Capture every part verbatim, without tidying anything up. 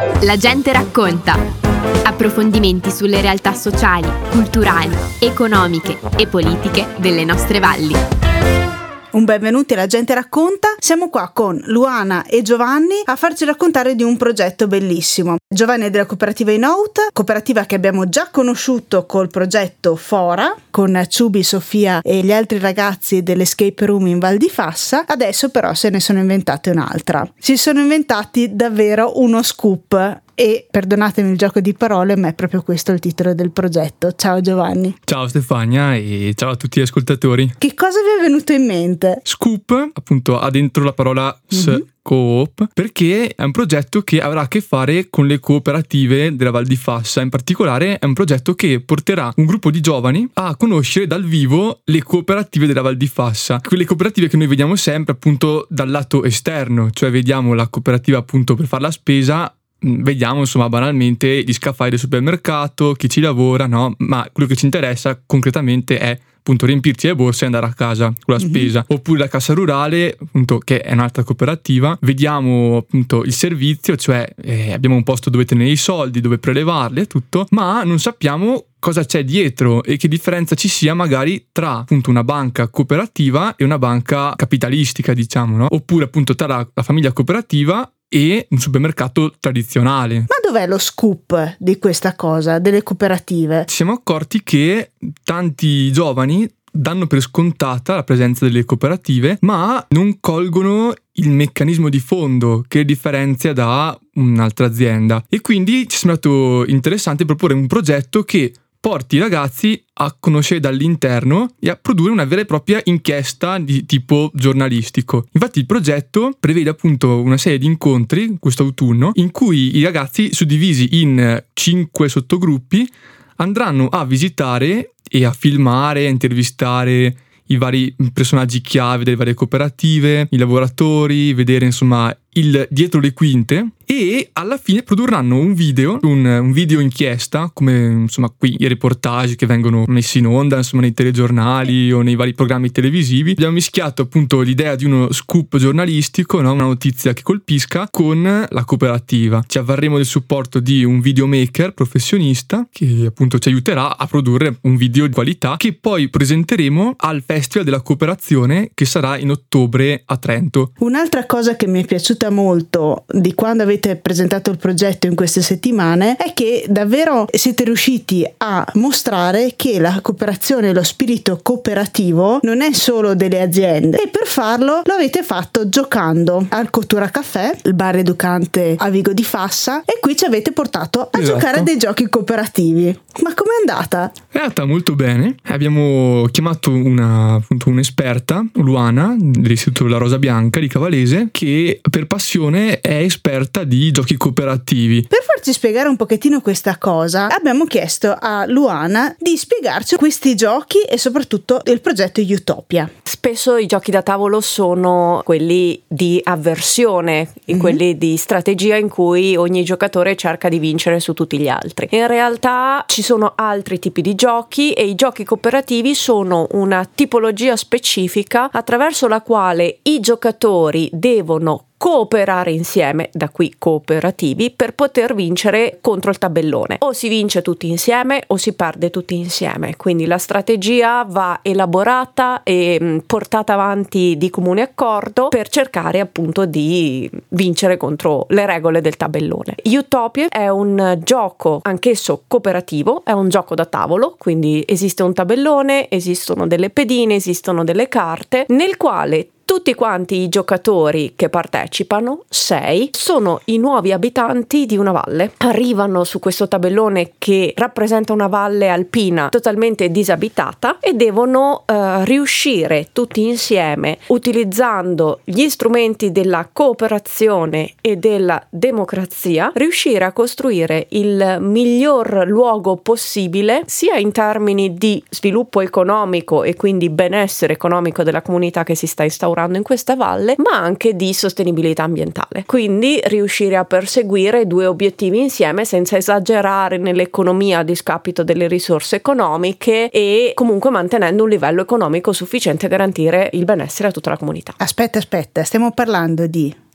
La gente racconta. Approfondimenti sulle realtà sociali, culturali, economiche e politiche delle nostre valli. Un benvenuti alla gente racconta. Siamo qua con Luana e Giovanni a farci raccontare di un progetto bellissimo. Giovanni è della cooperativa Inout, cooperativa che abbiamo già conosciuto col progetto Fora, con Ciubi, Sofia e gli altri ragazzi dell'Escape Room in Val di Fassa. Adesso però se ne sono inventate un'altra. Si sono inventati davvero uno scoop. E perdonatemi il gioco di parole, ma è proprio questo il titolo del progetto. Ciao Giovanni. Ciao Stefania e ciao a tutti gli ascoltatori. Che cosa vi è venuto in mente? Scoop, appunto, ha dentro la parola S. Mm-hmm. Coop, perché è un progetto che avrà a che fare con le cooperative della Val di Fassa. In particolare è un progetto che porterà un gruppo di giovani a conoscere dal vivo le cooperative della Val di Fassa, quelle cooperative che noi vediamo sempre appunto dal lato esterno, cioè vediamo la cooperativa appunto per fare la spesa, vediamo insomma banalmente gli scaffali del supermercato, chi ci lavora, no? Ma quello che ci interessa concretamente è appunto riempirci le borse e andare a casa con la spesa. Mm-hmm. Oppure la Cassa Rurale, appunto, che è un'altra cooperativa, vediamo appunto il servizio, cioè eh, abbiamo un posto dove tenere i soldi, dove prelevarli e tutto, ma non sappiamo cosa c'è dietro e che differenza ci sia magari tra appunto una banca cooperativa e una banca capitalistica, diciamo, no? Oppure appunto tra la, la famiglia cooperativa e un supermercato tradizionale. Ma dov'è lo scoop di questa cosa, delle cooperative? Ci siamo accorti che tanti giovani danno per scontata la presenza delle cooperative, ma non colgono il meccanismo di fondo che differenzia da un'altra azienda. E quindi ci è sembrato interessante proporre un progetto che porti i ragazzi a conoscere dall'interno e a produrre una vera e propria inchiesta di tipo giornalistico. Infatti il progetto prevede appunto una serie di incontri quest'autunno in cui i ragazzi, suddivisi in cinque sottogruppi, andranno a visitare e a filmare, a intervistare i vari personaggi chiave delle varie cooperative, i lavoratori, vedere insomma il dietro le quinte, e alla fine produrranno un video, un, un video inchiesta, come insomma qui i reportage che vengono messi in onda insomma nei telegiornali o nei vari programmi televisivi. Abbiamo mischiato appunto l'idea di uno scoop giornalistico, no? Una notizia che colpisca, con la cooperativa. Ci avvarremo del supporto di un videomaker professionista che appunto ci aiuterà a produrre un video di qualità che poi presenteremo al Festival della Cooperazione che sarà in ottobre a Trento. Un'altra cosa che mi è piaciuta molto di quando avete presentato il progetto in queste settimane è che davvero siete riusciti a mostrare che la cooperazione e lo spirito cooperativo non è solo delle aziende, e per farlo lo avete fatto giocando al Cottura Caffè, il bar educante a Vigo di Fassa, e qui ci avete portato a esatto. giocare a dei giochi cooperativi. Ma com'è andata? È andata molto bene. Abbiamo chiamato una, appunto, un'esperta, Luana, dell'Istituto La Rosa Bianca di Cavalese, che per passione è esperta di giochi cooperativi. Per farci spiegare un pochettino questa cosa, abbiamo chiesto a Luana di spiegarci questi giochi e soprattutto il progetto Utopia. Spesso i giochi da tavolo sono quelli di avversione, mm-hmm. quelli di strategia in cui ogni giocatore cerca di vincere su tutti gli altri. In realtà ci sono altri tipi di giochi, e i giochi cooperativi sono una tipologia specifica attraverso la quale i giocatori devono cooperare insieme, da qui cooperativi, per poter vincere contro il tabellone. O si vince tutti insieme o si perde tutti insieme, quindi la strategia va elaborata e mh, portata avanti di comune accordo per cercare appunto di vincere contro le regole del tabellone. Utopia è un gioco anch'esso cooperativo, è un gioco da tavolo, quindi esiste un tabellone, esistono delle pedine, esistono delle carte, nel quale tutti quanti i giocatori che partecipano, sei, sono i nuovi abitanti di una valle. Arrivano su questo tabellone che rappresenta una valle alpina totalmente disabitata e devono uh, riuscire tutti insieme, utilizzando gli strumenti della cooperazione e della democrazia, riuscire a costruire il miglior luogo possibile, sia in termini di sviluppo economico e quindi benessere economico della comunità che si sta instaurando in questa valle, ma anche di sostenibilità ambientale. Quindi riuscire a perseguire due obiettivi insieme senza esagerare nell'economia a discapito delle risorse economiche, e comunque mantenendo un livello economico sufficiente a garantire il benessere a tutta la comunità. Aspetta, aspetta, stiamo parlando di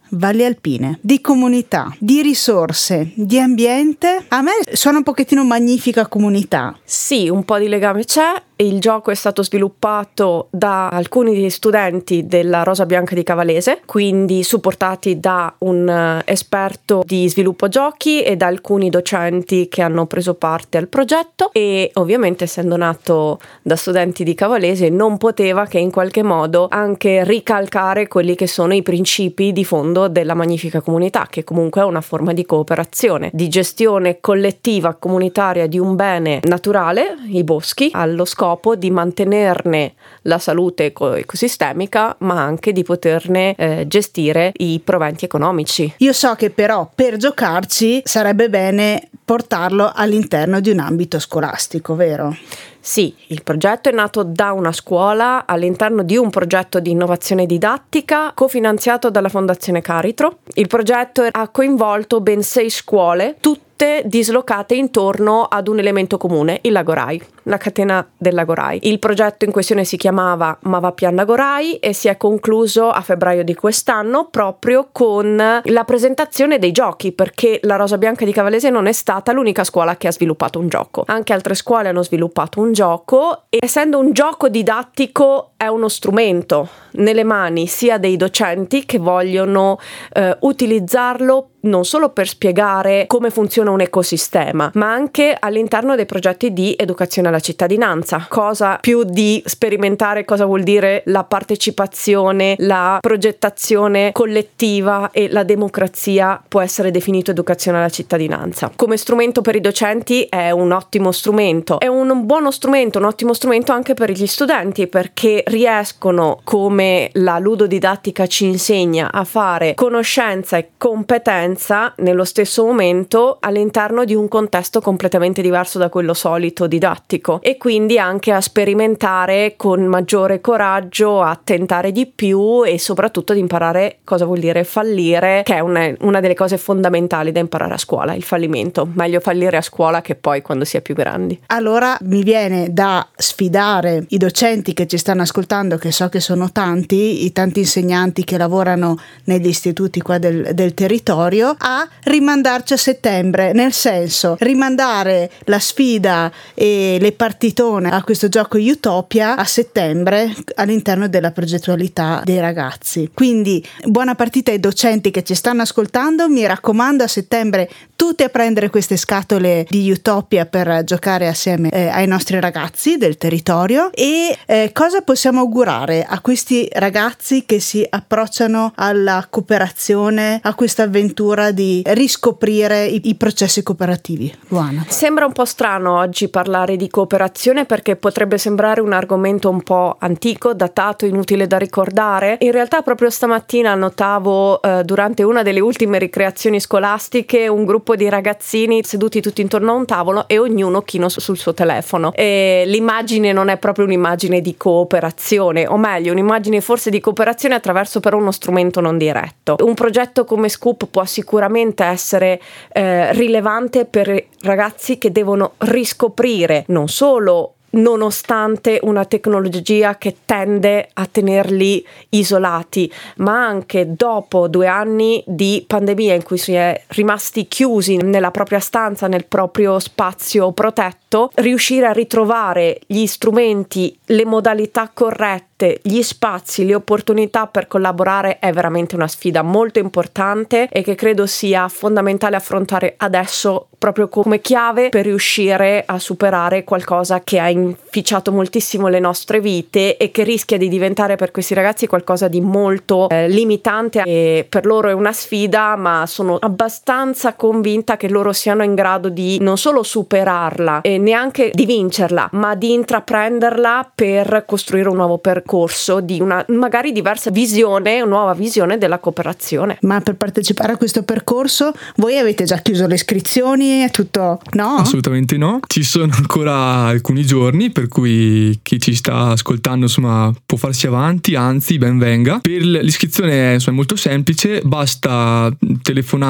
valli alpine, di comunità, di risorse, di ambiente. A me suona un pochettino magnifica comunità. Sì, un po' di legame c'è. Il gioco è stato sviluppato da alcuni studenti della Rosa Bianca di Cavalese, quindi supportati da un uh, esperto di sviluppo giochi e da alcuni docenti che hanno preso parte al progetto, e ovviamente essendo nato da studenti di Cavalese non poteva che in qualche modo anche ricalcare quelli che sono i principi di fondo della magnifica comunità, che comunque è una forma di cooperazione, di gestione collettiva comunitaria di un bene naturale, i boschi, allo scopo di mantenerne la salute ecosistemica, ma anche di poterne eh, gestire i proventi economici. Io so che però per giocarci sarebbe bene portarlo all'interno di un ambito scolastico, vero? Sì, il progetto è nato da una scuola all'interno di un progetto di innovazione didattica cofinanziato dalla Fondazione Caritro. Il progetto ha coinvolto ben sei scuole, tutte dislocate intorno ad un elemento comune, il Lago Rai, la catena del Lago Rai. Il progetto in questione si chiamava Mavapian Lago Rai e si è concluso a febbraio di quest'anno proprio con la presentazione dei giochi, perché la Rosa Bianca di Cavalese non è stata l'unica scuola che ha sviluppato un gioco. Anche altre scuole hanno sviluppato un gioco e, essendo un gioco didattico, è uno strumento nelle mani sia dei docenti che vogliono eh, utilizzarlo non solo per spiegare come funziona un ecosistema, ma anche all'interno dei progetti di educazione alla cittadinanza. Cosa più di sperimentare cosa vuol dire la partecipazione, la progettazione collettiva e la democrazia può essere definito educazione alla cittadinanza. Come strumento per i docenti è un ottimo strumento, è un buono strumento, un ottimo strumento anche per gli studenti, perché riescono, come la ludodidattica ci insegna, a fare conoscenza e competenza nello stesso momento all'interno di un contesto completamente diverso da quello solito didattico, e quindi anche a sperimentare con maggiore coraggio, a tentare di più e soprattutto ad imparare cosa vuol dire fallire, che è una, una delle cose fondamentali da imparare a scuola, il fallimento. Meglio fallire a scuola che poi quando si è più grandi. Allora mi viene da sfidare i docenti che ci stanno ascoltando, che so che sono tanti, i tanti insegnanti che lavorano negli istituti qua del, del territorio, a rimandarci a settembre, nel senso rimandare la sfida e le partitone a questo gioco Utopia a settembre all'interno della progettualità dei ragazzi. Quindi buona partita ai docenti che ci stanno ascoltando, mi raccomando, a settembre tutti a prendere queste scatole di Utopia per giocare assieme eh, ai nostri ragazzi del territorio. E eh, cosa possiamo augurare a questi ragazzi che si approcciano alla cooperazione, a questa avventura di riscoprire i, i processi cooperativi? Luana. Sembra un po' strano oggi parlare di cooperazione, perché potrebbe sembrare un argomento un po' antico, datato, inutile da ricordare. In realtà proprio stamattina notavo eh, durante una delle ultime ricreazioni scolastiche un gruppo di ragazzini seduti tutti intorno a un tavolo e ognuno chino sul suo telefono, e l'immagine non è proprio un'immagine di cooperazione, o meglio un'immagine forse di cooperazione attraverso però uno strumento non diretto. Un progetto come Scoop può sicuramente essere eh, rilevante per ragazzi che devono riscoprire non solo nonostante una tecnologia che tende a tenerli isolati, ma anche dopo due anni di pandemia in cui si è rimasti chiusi nella propria stanza, nel proprio spazio protetto, riuscire a ritrovare gli strumenti, le modalità corrette, gli spazi, le opportunità per collaborare è veramente una sfida molto importante e che credo sia fondamentale affrontare adesso proprio come chiave per riuscire a superare qualcosa che ha inficiato moltissimo le nostre vite e che rischia di diventare per questi ragazzi qualcosa di molto eh, limitante, e per loro è una sfida, ma sono abbastanza convinta che loro siano in grado di non solo superarla e neanche di vincerla, ma di intraprenderla per costruire un nuovo percorso di una magari diversa visione, una nuova visione della cooperazione. Ma per partecipare a questo percorso voi avete già chiuso le iscrizioni? È tutto no? Assolutamente no, ci sono ancora alcuni giorni per cui chi ci sta ascoltando insomma può farsi avanti, anzi ben venga. Per l'iscrizione è molto semplice, basta telefonare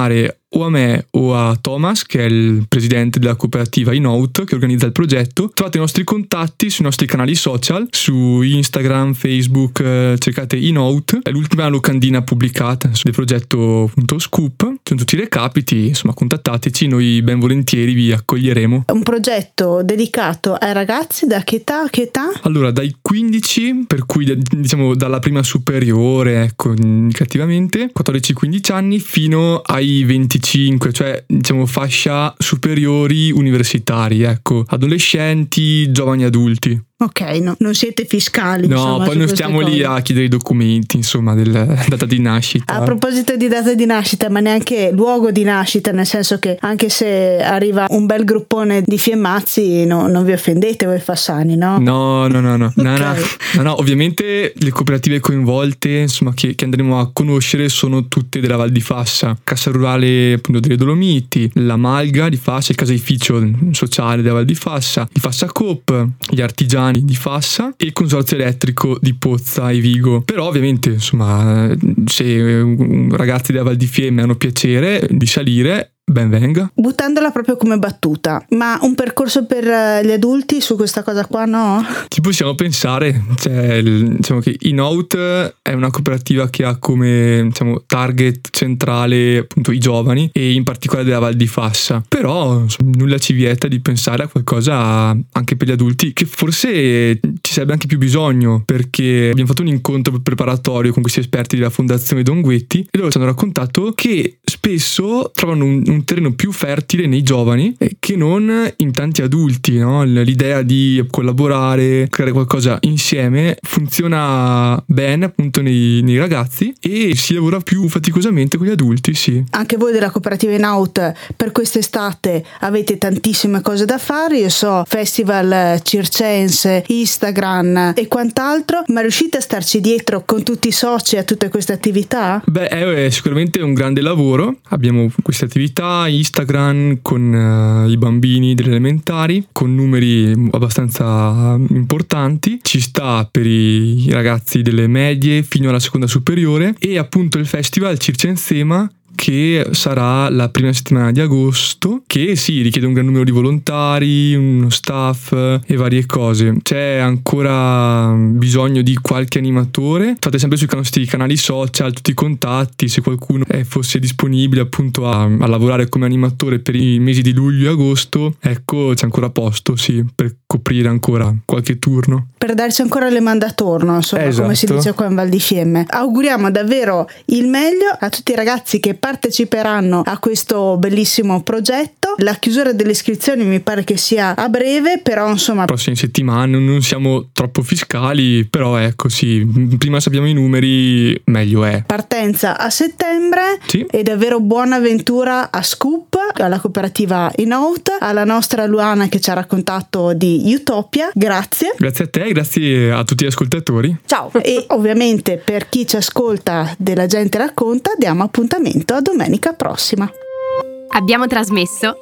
o a me o a Thomas, che è il presidente della cooperativa Inout che organizza il progetto. Trovate i nostri contatti sui nostri canali social, su Instagram, Facebook, eh, cercate Inout, è l'ultima locandina pubblicata del progetto appunto Scoop, sono tutti i recapiti, insomma contattateci, noi ben volentieri vi accoglieremo. È un progetto dedicato ai ragazzi da che età? Che età? Allora dai quindici, per cui diciamo dalla prima superiore, ecco, indicativamente quattordici quindici anni, fino ai venticinque, cioè diciamo fascia superiori universitari, ecco, adolescenti, giovani adulti. Ok, no, non siete fiscali. No, insomma, poi non stiamo cose. lì a chiedere i documenti, insomma, della data di nascita. A proposito di data di nascita, ma neanche luogo di nascita, nel senso che anche se arriva un bel gruppone di fiemmazzi, no, non vi offendete voi fassani, no? No, no, no, no. Okay. no, no, no, no. Ovviamente le cooperative coinvolte, insomma, che, che andremo a conoscere sono tutte della Val di Fassa, Cassa Rurale appunto delle Dolomiti, la Malga di Fassa, il caseificio sociale della Val di Fassa, il Fassa Coop, gli artigiani di Fassa e il consorzio elettrico di Pozza e Vigo. Però ovviamente insomma se ragazzi della Val di Fiemme hanno piacere di salire, ben venga. Buttandola proprio come battuta, ma un percorso per gli adulti su questa cosa qua no? Ci possiamo pensare, cioè, il, diciamo che Inout è una cooperativa che ha come diciamo, target centrale appunto i giovani e in particolare della Val di Fassa, però insomma, nulla ci vieta di pensare a qualcosa anche per gli adulti, che forse ci sarebbe anche più bisogno, perché abbiamo fatto un incontro preparatorio con questi esperti della Fondazione Don Guetti e loro ci hanno raccontato che spesso trovano un, un terreno più fertile nei giovani che non in tanti adulti, no? L'idea di collaborare, creare qualcosa insieme funziona bene appunto nei, nei ragazzi e si lavora più faticosamente con gli adulti, sì. Anche voi della cooperativa Inout per quest'estate avete tantissime cose da fare, io so festival circense, Instagram e quant'altro, ma riuscite a starci dietro con tutti i soci a tutte queste attività? Beh, è sicuramente un grande lavoro, abbiamo queste attività Instagram con uh, i bambini delle elementari con numeri abbastanza importanti, ci sta per i ragazzi delle medie fino alla seconda superiore e appunto il festival Circensema che sarà la prima settimana di agosto, che sì, richiede un gran numero di volontari, uno staff e varie cose. C'è ancora bisogno di qualche animatore. Fate sempre sui nostri canali social tutti i contatti, se qualcuno fosse disponibile appunto a, a lavorare come animatore per i mesi di luglio e agosto, ecco, c'è ancora posto, sì, per coprire ancora qualche turno. Per darci ancora le mandatorno, insomma, esatto. Come si dice qua in Val di Fiemme. Auguriamo davvero il meglio a tutti i ragazzi che parteciperanno a questo bellissimo progetto. La chiusura delle iscrizioni mi pare che sia a breve, però insomma prossime settimane, non siamo troppo fiscali, però ecco sì, prima sappiamo i numeri meglio è. Partenza a settembre, sì. E davvero buona avventura a Scoop, alla cooperativa Inout, alla nostra Luana che ci ha raccontato di Utopia. Grazie. Grazie a te, grazie a tutti gli ascoltatori. Ciao. E ovviamente per chi ci ascolta della Gente Racconta diamo appuntamento a domenica prossima. Abbiamo trasmesso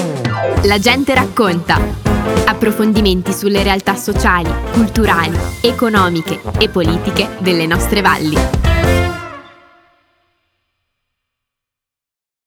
La Gente Racconta. Approfondimenti sulle realtà sociali, culturali, economiche e politiche delle nostre valli.